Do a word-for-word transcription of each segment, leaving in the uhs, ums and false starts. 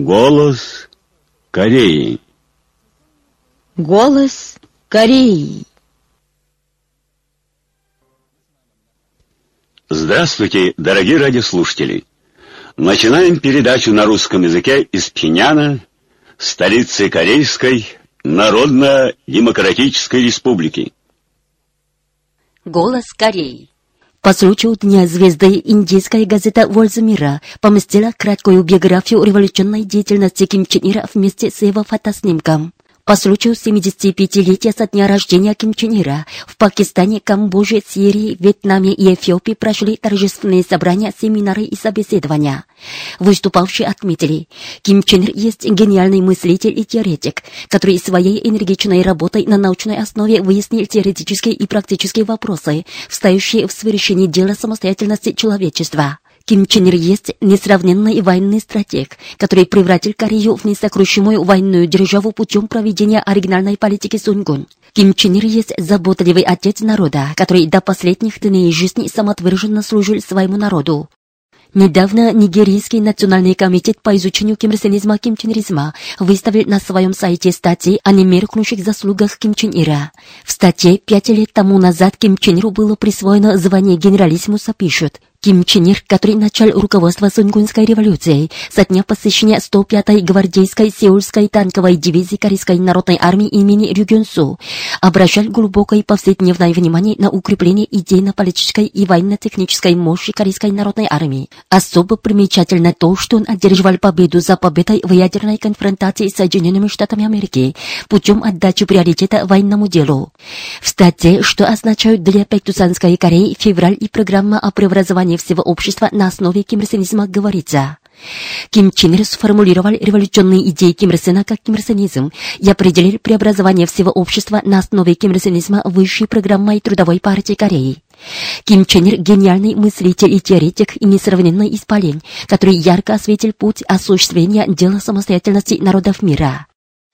Голос Кореи. Голос Кореи. Здравствуйте, дорогие радиослушатели! Начинаем передачу на русском языке из Пхеньяна, столицы Корейской Народно-Демократической Республики. Голос Кореи. По случаю Дня звезды индийская газета «Вольза мира» поместила краткую биографию революционной деятельности Ким Чен Ира вместе с его фотоснимком. По случаю семидесятипятилетия со дня рождения Ким Чен Ира в Пакистане, Камбодже, Сирии, Вьетнаме и Эфиопии прошли торжественные собрания, семинары и собеседования. Выступавшие отметили, Ким Чен Ир есть гениальный мыслитель и теоретик, который своей энергичной работой на научной основе выяснил теоретические и практические вопросы, встающие в свершение дела самостоятельности человечества. Ким Чен Ир есть несравненный военный стратег, который превратил Корею в несокрушимую военную державу путем проведения оригинальной политики Сунгун. Ким Чен Ир есть заботливый отец народа, который до последних дней жизни самоотверженно служил своему народу. Недавно Нигерийский национальный комитет по изучению кимрсенизма и кимченризма выставил на своем сайте статьи о немеркнущих заслугах Ким Чен Ира. В статье пять лет тому назад Ким Чен Иру было присвоено звание генералиссимуса, пишут: Ким Чен Ир, который начал руководство Сунгунской революцией со дня посещения сто пятой гвардейской Сеульской танковой дивизии Корейской народной армии имени Рю Гён Су, обращал глубокое повседневное внимание на укрепление идейно-политической и военно-технической мощи Корейской народной армии. Особо примечательно то, что он одерживал победу за победой в ядерной конфронтации с Соединенными Штатами Америки путем отдачи приоритета военному делу. В статье, что означают для Пэктусанской Кореи февраль и программа о преобразовании всего общества на основе кимрсенизма, говорится: Ким Чен Ир сформулировал революционные идеи кимрсена как кимрсенизм и определил преобразование всего общества на основе кимрсенизма высшей программой Трудовой партии Кореи. Ким Чен Ир — гениальный мыслитель и теоретик и несравненный исполин, который ярко осветил путь осуществления дела самостоятельности народов мира.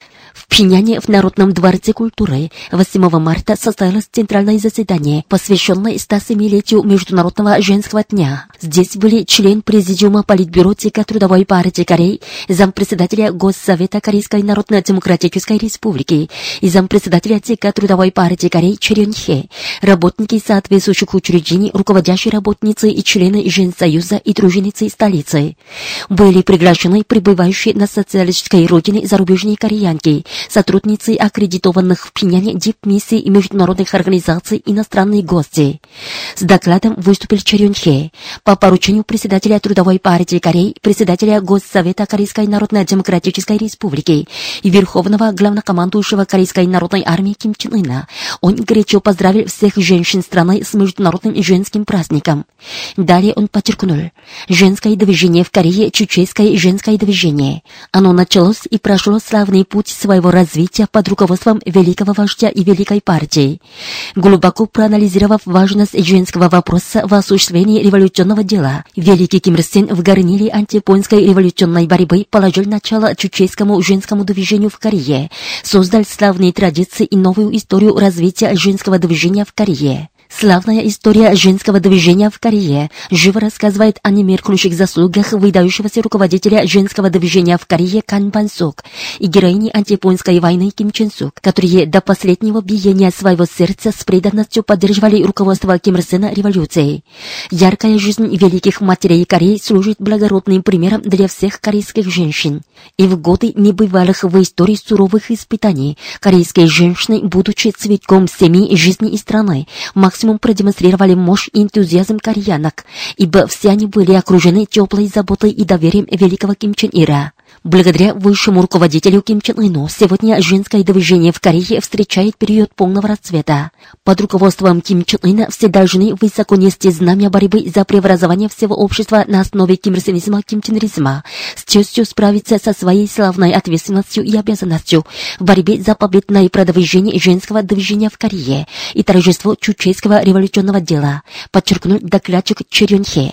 В Пхеньяне в Народном дворце культуры восьмого марта состоялось центральное заседание, посвященное стосемилетию Международного женского дня. Здесь были член Президиума Политбюро ЦК Трудовой партии Кореи, зампредседателя Госсовета Корейской Народно-Демократической Республики и зампредседателя ЦК Трудовой партии Кореи Чорён Хе, работники соответствующих учреждений, руководящие работницы и члены Женсоюза и дружинницы столицы. Были приглашены пребывающие на социалистической родине зарубежные кореянки, сотрудницы аккредитованных в Пхеньяне дипмиссий и международных организаций, иностранные гости. С докладом выступил Чорён Хе. По поручению председателя Трудовой партии Кореи, председателя Госсовета Корейской Народно-Демократической Республики и верховного главнокомандующего Корейской народной армии Ким Чен Ына, он горячо поздравил всех женщин страны с международным женским праздником. Далее он подчеркнул: женское движение в Корее — чучейское женское движение. Оно началось и прошло славный путь своего развития под руководством великого вождя и великой партии. Глубоко проанализировав важность женского вопроса в осуществлении революционного дела, великий Ким Ир Сен в горниле антияпонской революционной борьбы положил начало чучейскому женскому движению в Корее, создал славные традиции и новую историю развития женского движения в Корее. Славная история женского движения в Корее живо рассказывает о немеркнущих заслугах выдающегося руководителя женского движения в Корее Кан Бан Сок и героини антияпонской войны Ким Чен Сук, которые до последнего биения своего сердца с преданностью поддерживали руководство Ким Ир Сена революцией. Яркая жизнь великих матерей Кореи служит благородным примером для всех корейских женщин. И в годы небывалых в истории суровых испытаний корейские женщины, будучи цветком семьи, жизни и страны, максимум продемонстрировали мощь и энтузиазм кореянок, ибо все они были окружены теплой заботой и доверием великого Ким Чен Ира. Благодаря высшему руководителю Ким Чен Ыну сегодня женское движение в Корее встречает период полного расцвета. Под руководством Ким Чен Ына все должны высоко нести знамя борьбы за преобразование всего общества на основе кимрсенизма и кимченризма, с честью справиться со своей славной ответственностью и обязанностью в борьбе за победное продвижение женского движения в Корее и торжество чучейского революционного дела, подчеркнул докладчик Чорён Хе.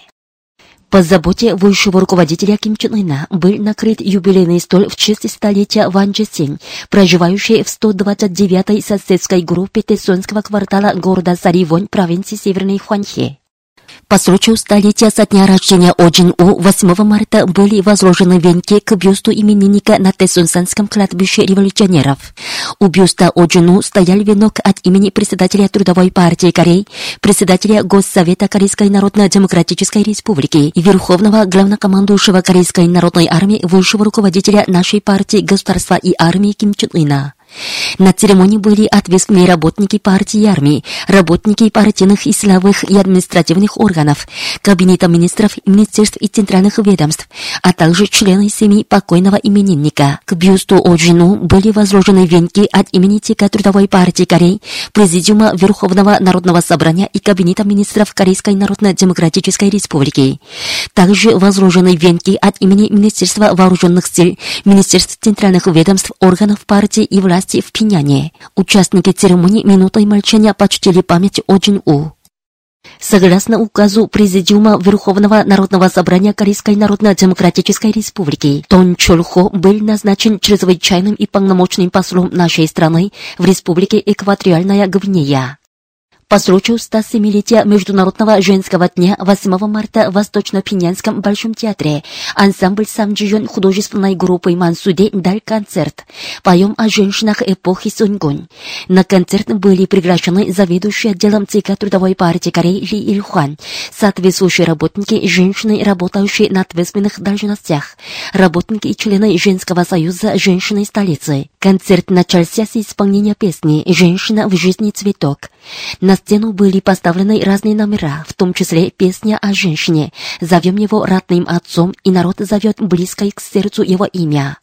По заботе высшего руководителя Ким Чен Ына был накрыт юбилейный стол в честь столетия Ван Чжэ Синь, проживающей в сто двадцать девятой соседской группе Тэсонского квартала города Саривонь, провинции Северной Хванхэ. По случаю столетия со дня рождения О Джин У восьмого марта были возложены венки к бюсту именинника на Тэсунсанском кладбище революционеров. У бюста О Джин У стоял венок от имени председателя Трудовой партии Кореи, председателя Госсовета Корейской Народно-Демократической Республики и верховного главнокомандующего Корейской народной армии, высшего руководителя нашей партии, государства и армии Ким Чен Ына. На церемонии были ответственные работники партии и армии, работники партийных и силовых и административных органов, кабинета министров, министерств и центральных ведомств, а также члены семьи покойного именинника. К бюсту О Джин У были возложены венки от имени ЦК Трудовой партии Кореи, Президиума Верховного Народного Собрания и Кабинета министров Корейской Народно-Демократической Республики. Также возложены венки от имени Министерства Вооруженных сил, Министерств центральных ведомств, органов партии и власти в Пхеньяне. Участники церемонии минутой молчания почтили память О Джин У. Согласно указу Президиума Верховного Народного Собрания Корейской Народно-Демократической Республики, Тон Чоль Хо был назначен чрезвычайным и полномочным послом нашей страны в Республике Экваториальная Гвинея. По случаю стосемилетия Международного женского дня восьмого марта в Восточно-Пхеньянском Большом театре ансамбль Самджион художественной группы Мансуде дал концерт «Поем о женщинах эпохи Суньгунь». На концерт были приглашены заведующий отделом ЦК Трудовой партии Кореи Ли Ильхуан, соответствующие работники, женщины, работающие на ответственных должностях, работники и члены Женского союза женщины столицы. Концерт начался с исполнения песни «Женщина в жизни цветок». На сцену были поставлены разные номера, в том числе песня о женщине «Зовем его родным отцом» и «Народ зовет близкое к сердцу его имя».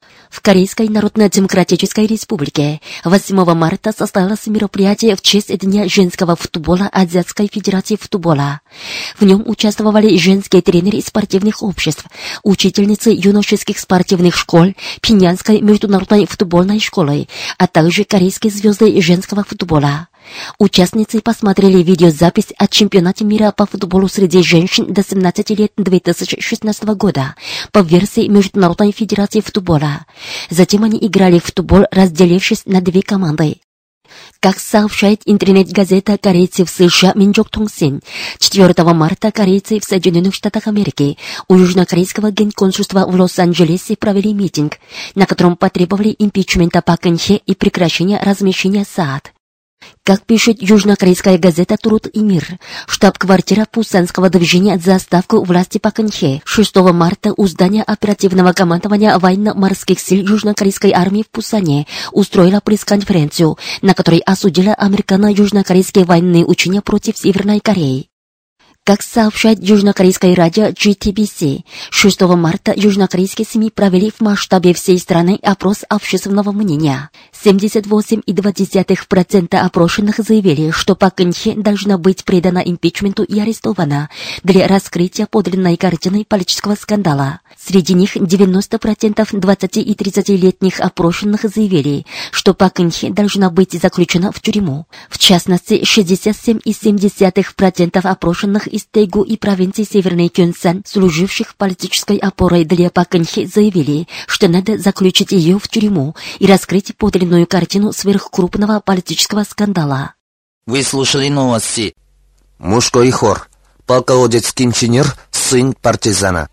В Корейской Народно-Демократической Республике восьмого марта состоялось мероприятие в честь Дня женского футбола Азиатской Федерации футбола. В нем участвовали женские тренеры спортивных обществ, учительницы юношеских спортивных школ, Пхеньянской международной футбольной школы, а также корейские звезды женского футбола. Участницы посмотрели видеозапись о чемпионате мира по футболу среди женщин до семнадцати лет две тысячи шестнадцатого года по версии Международной Федерации футбола. Затем они играли в футбол, разделившись на две команды. Как сообщает интернет-газета корейцев США Минджок Тонсин, четвёртого марта корейцы в Соединенных Штатах Америки у южнокорейского генконсульства в Лос-Анджелесе провели митинг, на котором потребовали импичмента Пак Кын Хе и прекращения размещения СААД. Как пишет южнокорейская газета «Труд и мир», штаб-квартира Пусанского движения за отставку власти Пак Кын Хе шестого марта у здания оперативного командования военно-морских сил южнокорейской армии в Пусане устроила пресс-конференцию, на которой осудила американо-южнокорейские военные учения против Северной Кореи. Как сообщает южнокорейское радио Джи Ти Би Си, шестого марта южнокорейские СМИ провели в масштабе всей страны опрос общественного мнения. семьдесят восемь целых два десятых процента опрошенных заявили, что Пак Кын Хе должна быть предана импичменту и арестована для раскрытия подлинной картины политического скандала. Среди них девяносто процентов двадцати- и тридцатилетних опрошенных заявили, что Пак Кын Хе должна быть заключена в тюрьму. В частности, шестьдесят семь целых семь десятых процента опрошенных из Тегу и провинции Северный Кёнсан, служивших политической опорой для Пак Кын Хе, заявили, что надо заключить ее в тюрьму и раскрыть подлинную картину сверхкрупного политического скандала. Вы слушали новости. Мужской хор. Полководец Ким Чен Ир, сын партизана.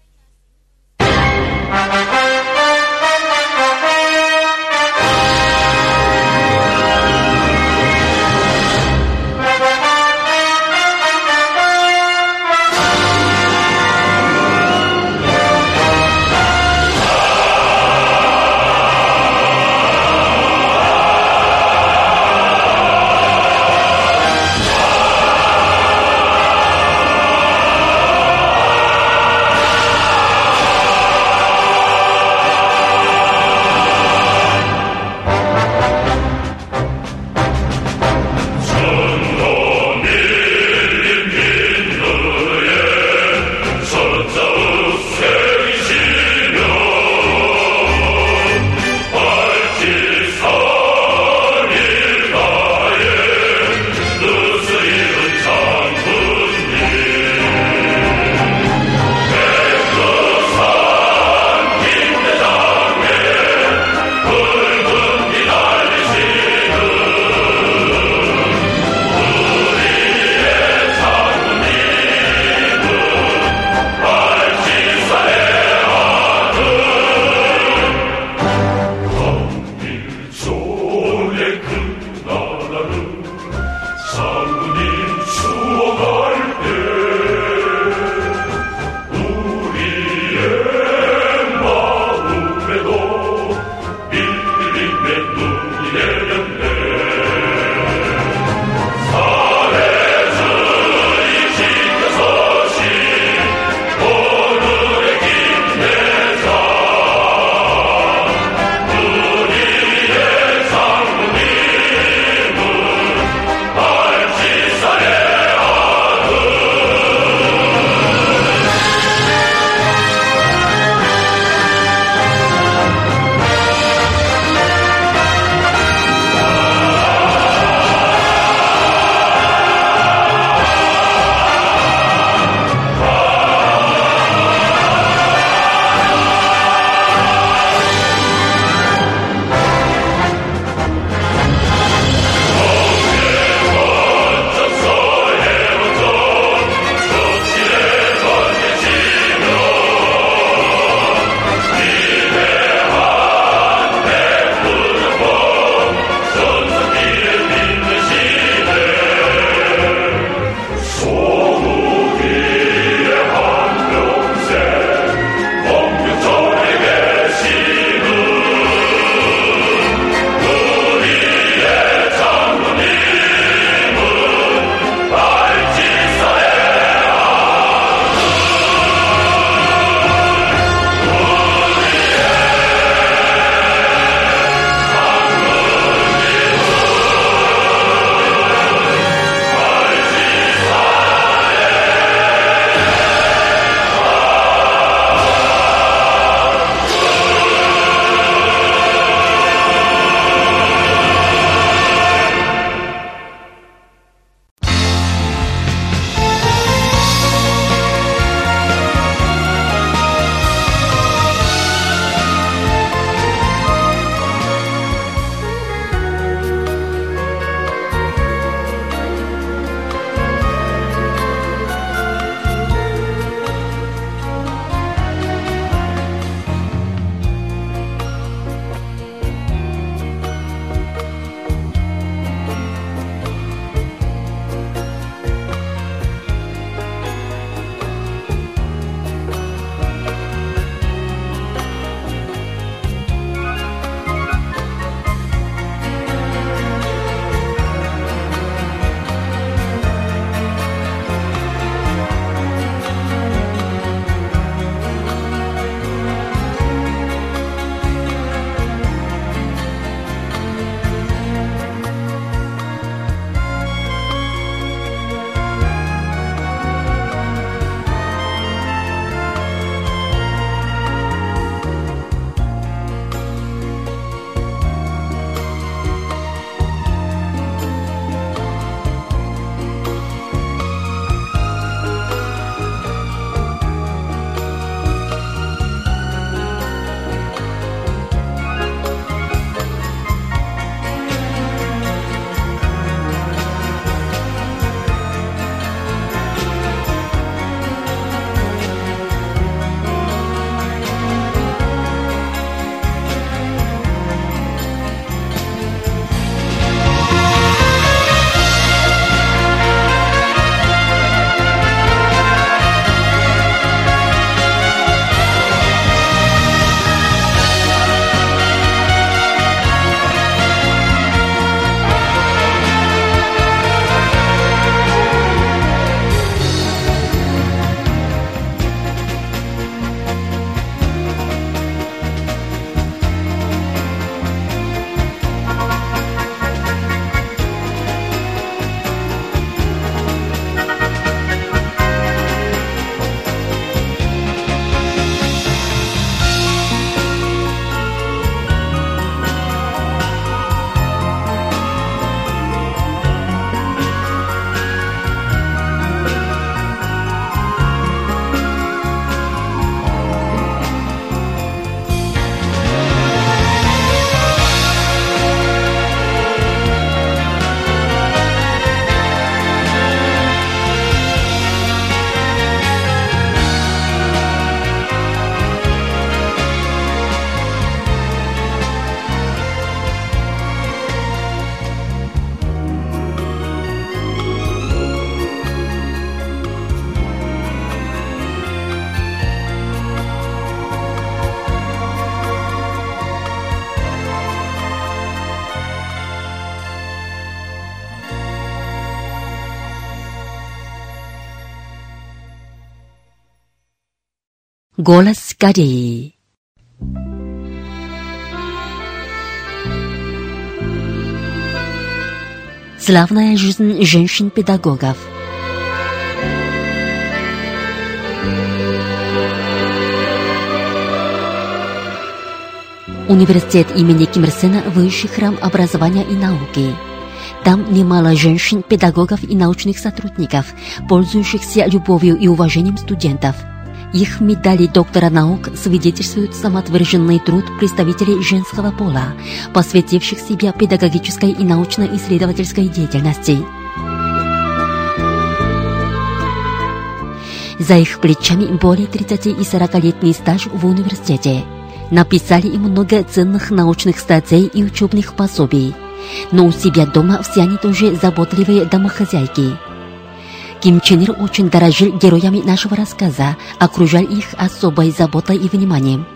Голос Кореи. Славная жизнь женщин-педагогов. Университет имени Ким Ир Сена – высший храм образования и науки. Там немало женщин, педагогов и научных сотрудников, пользующихся любовью и уважением студентов. Их медали доктора наук свидетельствуют самоотверженный труд представителей женского пола, посвятивших себя педагогической и научно-исследовательской деятельности. За их плечами более тридцати и сорокалетний стаж в университете. Написали и много ценных научных статей и учебных пособий. Но у себя дома все они тоже заботливые домохозяйки. Ким Чен Ир очень дорожил героями нашего рассказа, окружал их особой заботой и вниманием.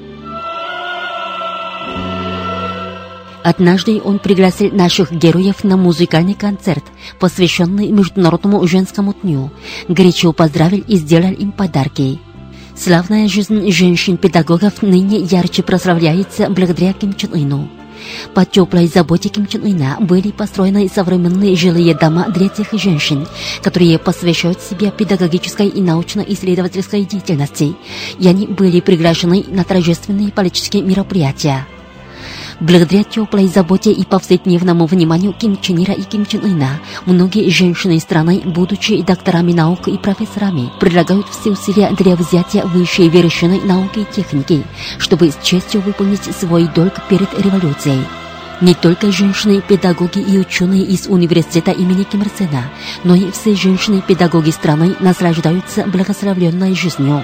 Однажды он пригласил наших героев на музыкальный концерт, посвященный Международному женскому дню, горячо поздравил и сделал им подарки. Славная жизнь женщин-педагогов ныне ярче прославляется благодаря Ким Чен Ыну. По теплой заботе Ким Чен Ына были построены современные жилые дома для тех женщин, которые посвящают себя педагогической и научно-исследовательской деятельности, и они были приглашены на торжественные политические мероприятия. Благодаря теплой заботе и повседневному вниманию Ким Чен Ира и Ким Чен Ына, многие женщины страны, будучи докторами наук и профессорами, прилагают все усилия для взятия высшей вершины науки и техники, чтобы с честью выполнить свой долг перед революцией. Не только женщины-педагоги и ученые из университета имени Ким Ир Сена, но и все женщины-педагоги страны наслаждаются благословленной жизнью.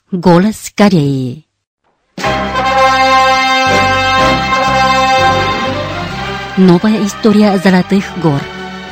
Голос Кореи. Новая история Золотых гор.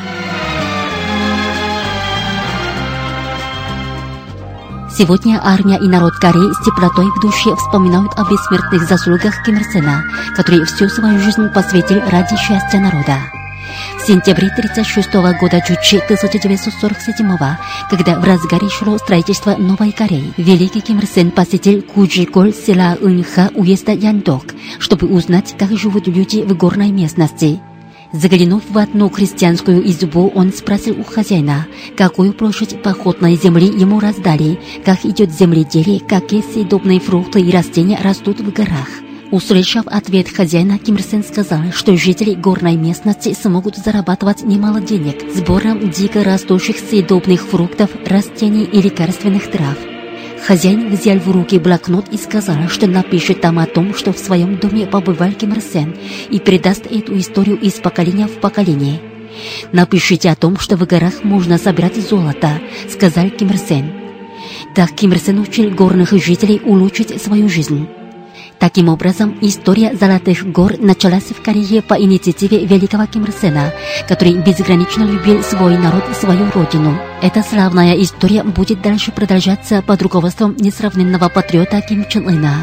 Сегодня армия и народ Кореи с теплотой в душе вспоминают о бессмертных заслугах Ким Ир Сена, который всю свою жизнь посвятил ради счастья народа. В сентябре тридцать шестого года Чучи тысяча девятьсот сорок седьмого, когда в разгаре шло строительство Новой Кореи, великий Ким Ир Сен посетил Куджиколь села Унха уезда Яндок, чтобы узнать, как живут люди в горной местности. Заглянув в одну крестьянскую избу, он спросил у хозяина, какую площадь походной земли ему раздали, как идет земледелие, какие съедобные фрукты и растения растут в горах. Услышав ответ хозяина, Ким Ир Сен сказал, что жители горной местности смогут зарабатывать немало денег сбором дико растущих съедобных фруктов, растений и лекарственных трав. Хозяин взял в руки блокнот и сказал, что напишет там о том, что в своем доме побывал Ким Ир Сен, и передаст эту историю из поколения в поколение. «Напишите о том, что в горах можно собирать золото», — сказал Ким Ир Сен. Так Ким Ир Сен учил горных жителей улучшить свою жизнь. Таким образом, история Золотых гор началась в Корее по инициативе великого Ким Ир Сена, который безгранично любил свой народ, свою родину. Эта славная история будет дальше продолжаться под руководством несравненного патриота Ким Чен Ына.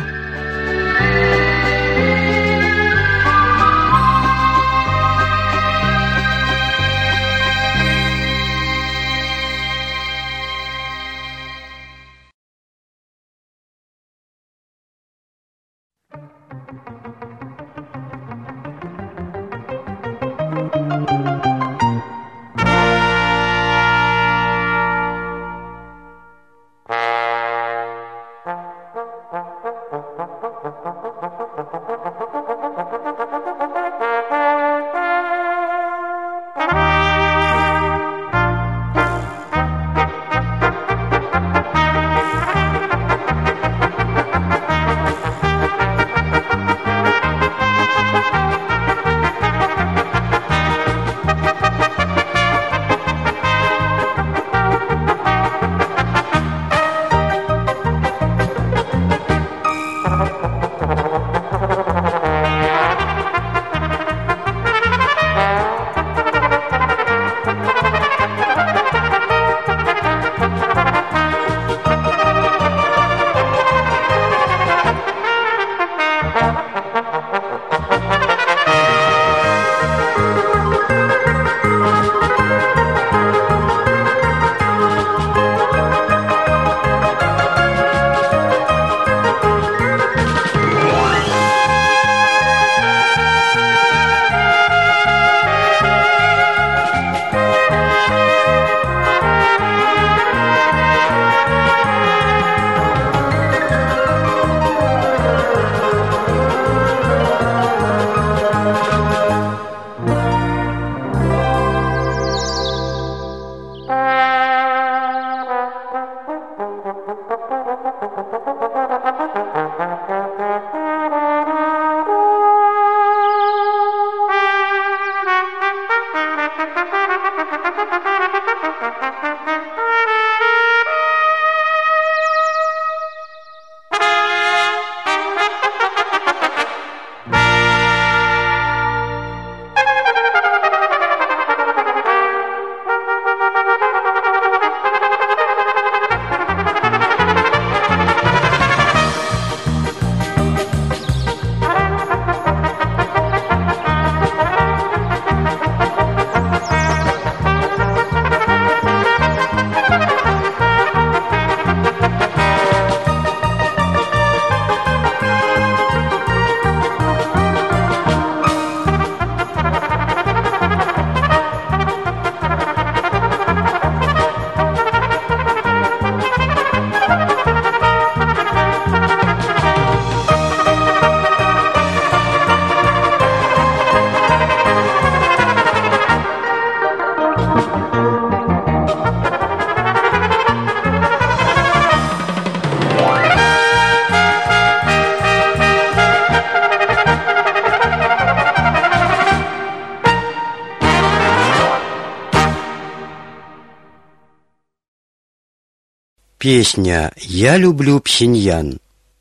Песня «Я люблю Пхеньян».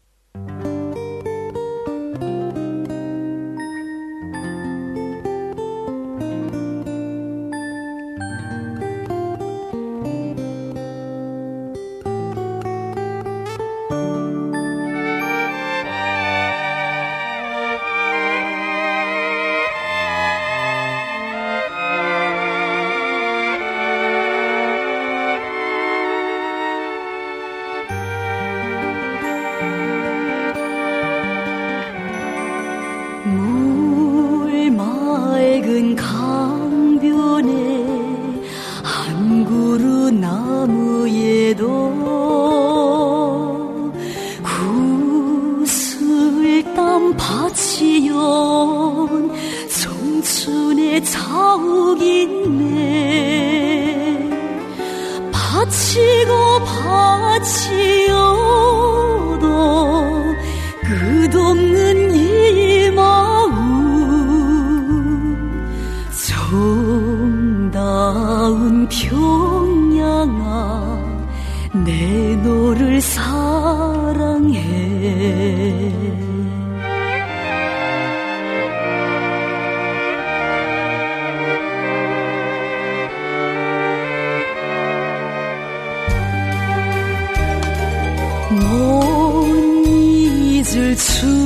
못 잊을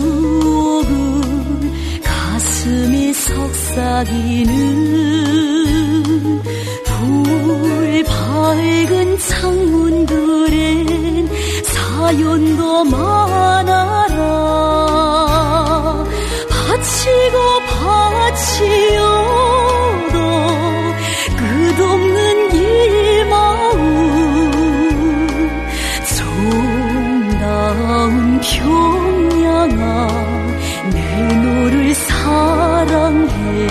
추억은 가슴이 속삭이는 불 밝은 창문들엔 사연도 많아라. 바치고 바치어도 끝없는 이 마음 정다운 평양아 내 너를 사랑해.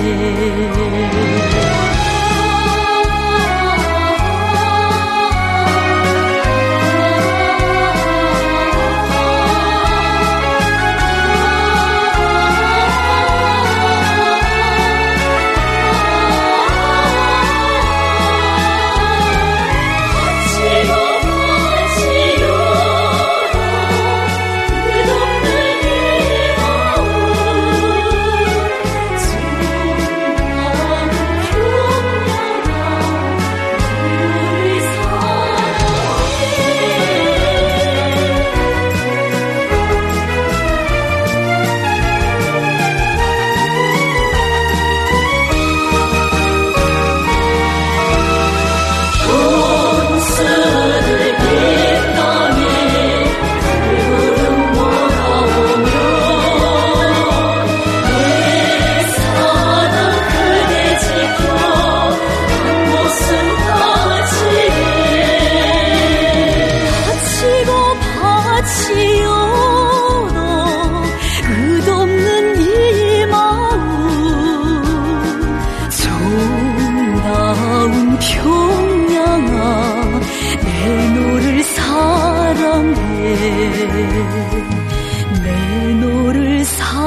내 너를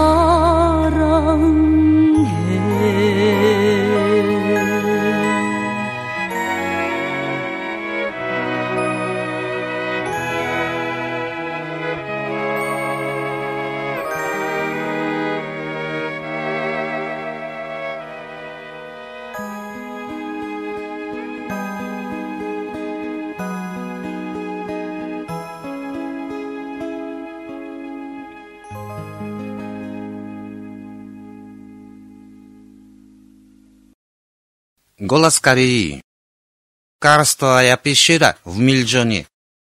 사랑해. Голос Кореи. Карстовая пещера в Мильджоне.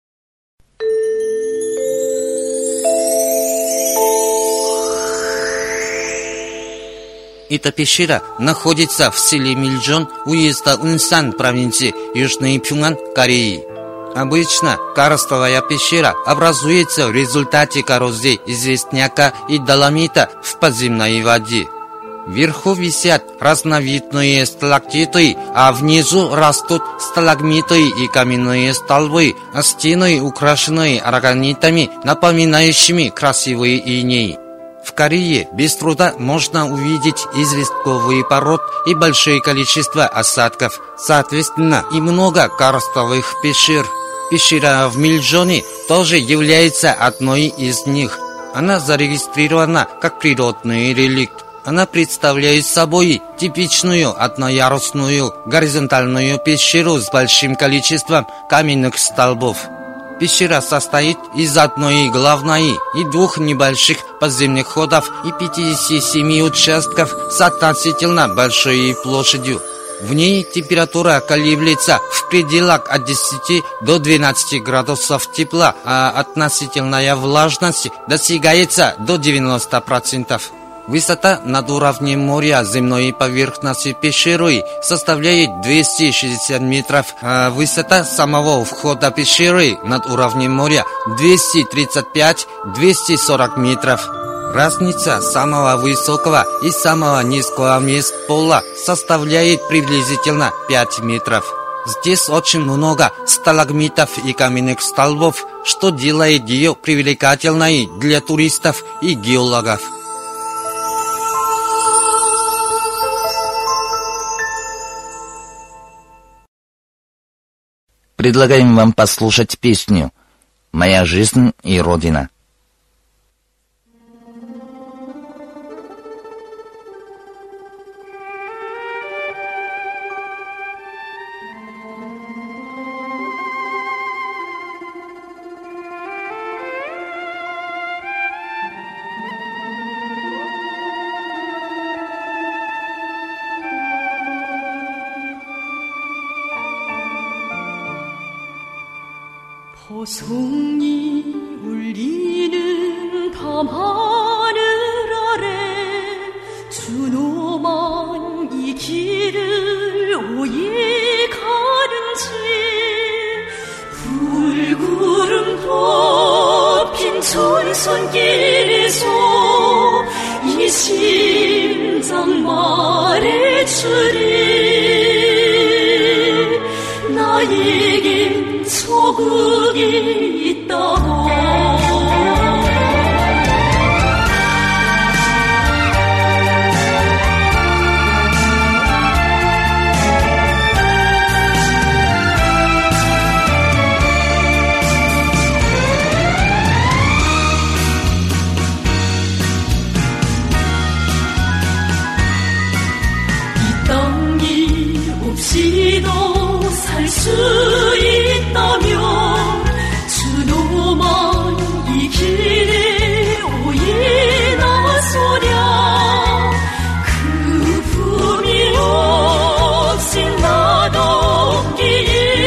Эта пещера находится в селе Мильджон, уезда Унсан, провинции Южный Пхеньян, Кореи. Обычно карстовая пещера образуется в результате коррозии известняка и доломита в подземной воде. Вверху висят разновидные сталактиты, а внизу растут сталагмиты и каменные столбы, а стены украшены органитами, напоминающими красивые инеи. В Корее без труда можно увидеть известковый пород и большое количество осадков, соответственно и много карстовых пещер. Пещера в Мильджоне тоже является одной из них. Она зарегистрирована как природный реликт. Она представляет собой типичную одноярусную горизонтальную пещеру с большим количеством каменных столбов. Пещера состоит из одной главной и двух небольших подземных ходов и пятидесяти семи участков с относительно большой площадью. В ней температура колеблется в пределах от десяти до двенадцати градусов тепла, а относительная влажность достигается до девяноста процентов. Высота над уровнем моря земной поверхности пещеры составляет двести шестьдесят метров, а высота самого входа пещеры над уровнем моря двести тридцать пять — двести сорок метров. Разница самого высокого и самого низкого мест пола составляет приблизительно пять метров. Здесь очень много сталагмитов и каменных столбов, что делает ее привлекательной для туристов и геологов. Предлагаем вам послушать песню «Моя жизнь и Родина». 보송이 울리는 밤하늘 아래 준호만 이 길을 오이 가는지 불구름 덮인 전선길에서 이 심장 말해주리 나에게 소국이 있다고 이 땅이 없이도 살 수 있다면 주노만 이 길에 오이 나서랴 그 품이 없인 나덥기에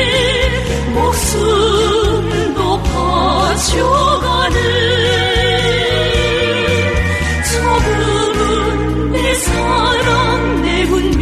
목숨도 바쳐가는 조금은 내 사랑 내 운명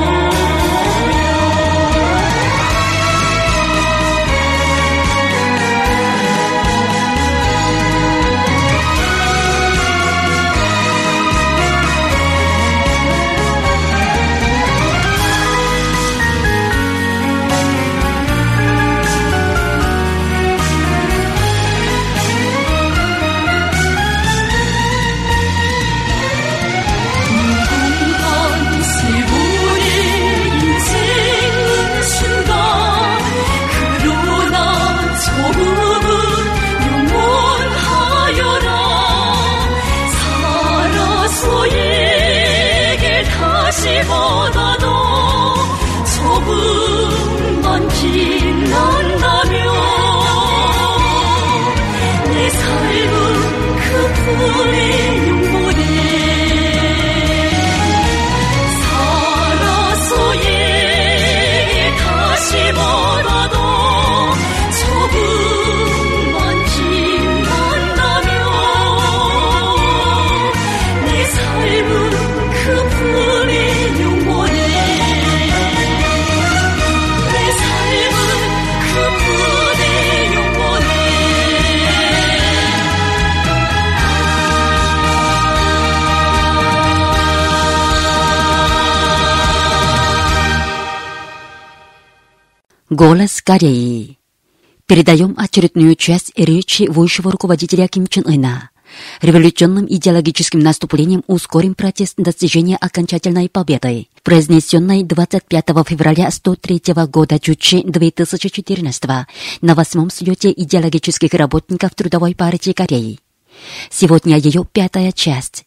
보다도 조금만 빛난다면 내 삶은 그 품의 영혼에 살아서 얘게 다시 보다도 조금만 빛난다면 내 삶은 그 품의 Голос Кореи. Передаем очередную часть речи высшего руководителя Ким Чен Ына. Революционным идеологическим наступлением ускорим процесс достижения окончательной победы. произнесенной двадцать пятого февраля сто третьего года Чучжи две тысячи четырнадцатого на восьмом слете идеологических работников Трудовой партии Кореи. Сегодня ее пятая часть.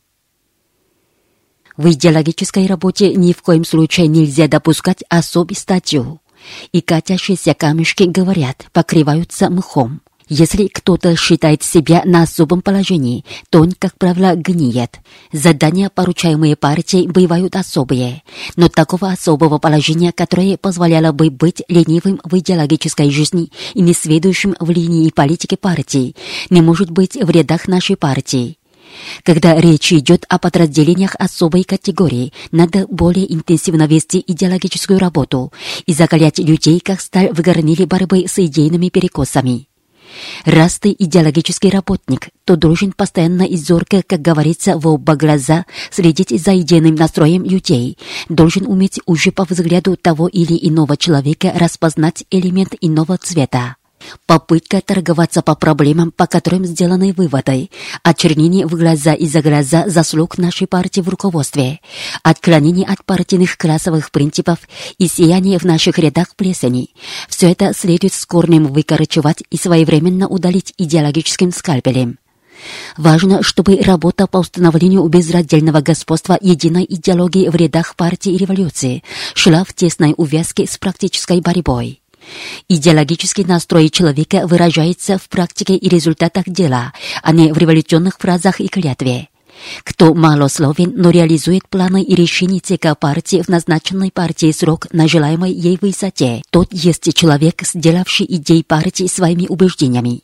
В идеологической работе ни в коем случае нельзя допускать особую статью. И катящиеся камешки, говорят, покрываются мхом. Если кто-то считает себя на особом положении, то он, как правило, гниет. Задания, поручаемые партией, бывают особые. Но такого особого положения, которое позволяло бы быть ленивым в идеологической жизни и несведущим в линии политики партии, не может быть в рядах нашей партии. Когда речь идет о подразделениях особой категории, надо более интенсивно вести идеологическую работу и закалять людей, как сталь в горниле борьбы с идейными перекосами. Раз ты идеологический работник, то должен постоянно и зорко, как говорится, в оба глаза следить за идейным настроем людей, должен уметь уже по взгляду того или иного человека распознать элемент иного цвета. Попытка торговаться по проблемам, по которым сделаны выводы, очернение в глаза и за глаза заслуг нашей партии в руководстве, отклонение от партийных классовых принципов и сияние в наших рядах плесени – все это следует с корнем выкорчевать и своевременно удалить идеологическим скальпелем. Важно, чтобы работа по установлению безраздельного господства единой идеологии в рядах партии и революции шла в тесной увязке с практической борьбой. Идеологический настрой человека выражается в практике и результатах дела, а не в революционных фразах и клятве. Кто малословен, но реализует планы и решения ЦК партии в назначенной партии срок на желаемой ей высоте, тот есть человек, сделавший идеи партии своими убеждениями.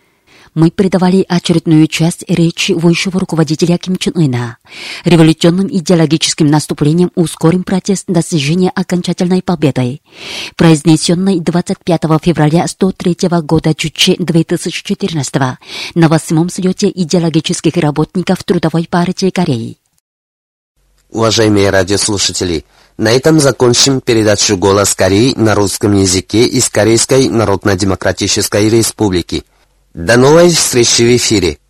Мы передавали очередную часть речи высшего руководителя Ким Чен Ына. Революционным идеологическим наступлением ускорим процесс достижения окончательной победы, произнесенной двадцать пятого февраля сто третьего года Чучжи две тысячи четырнадцатого на восьмом слете идеологических работников Трудовой партии Кореи. Уважаемые радиослушатели, на этом закончим передачу «Голос Кореи» на русском языке из Корейской Народно-Демократической Республики. До новой встречи в эфире.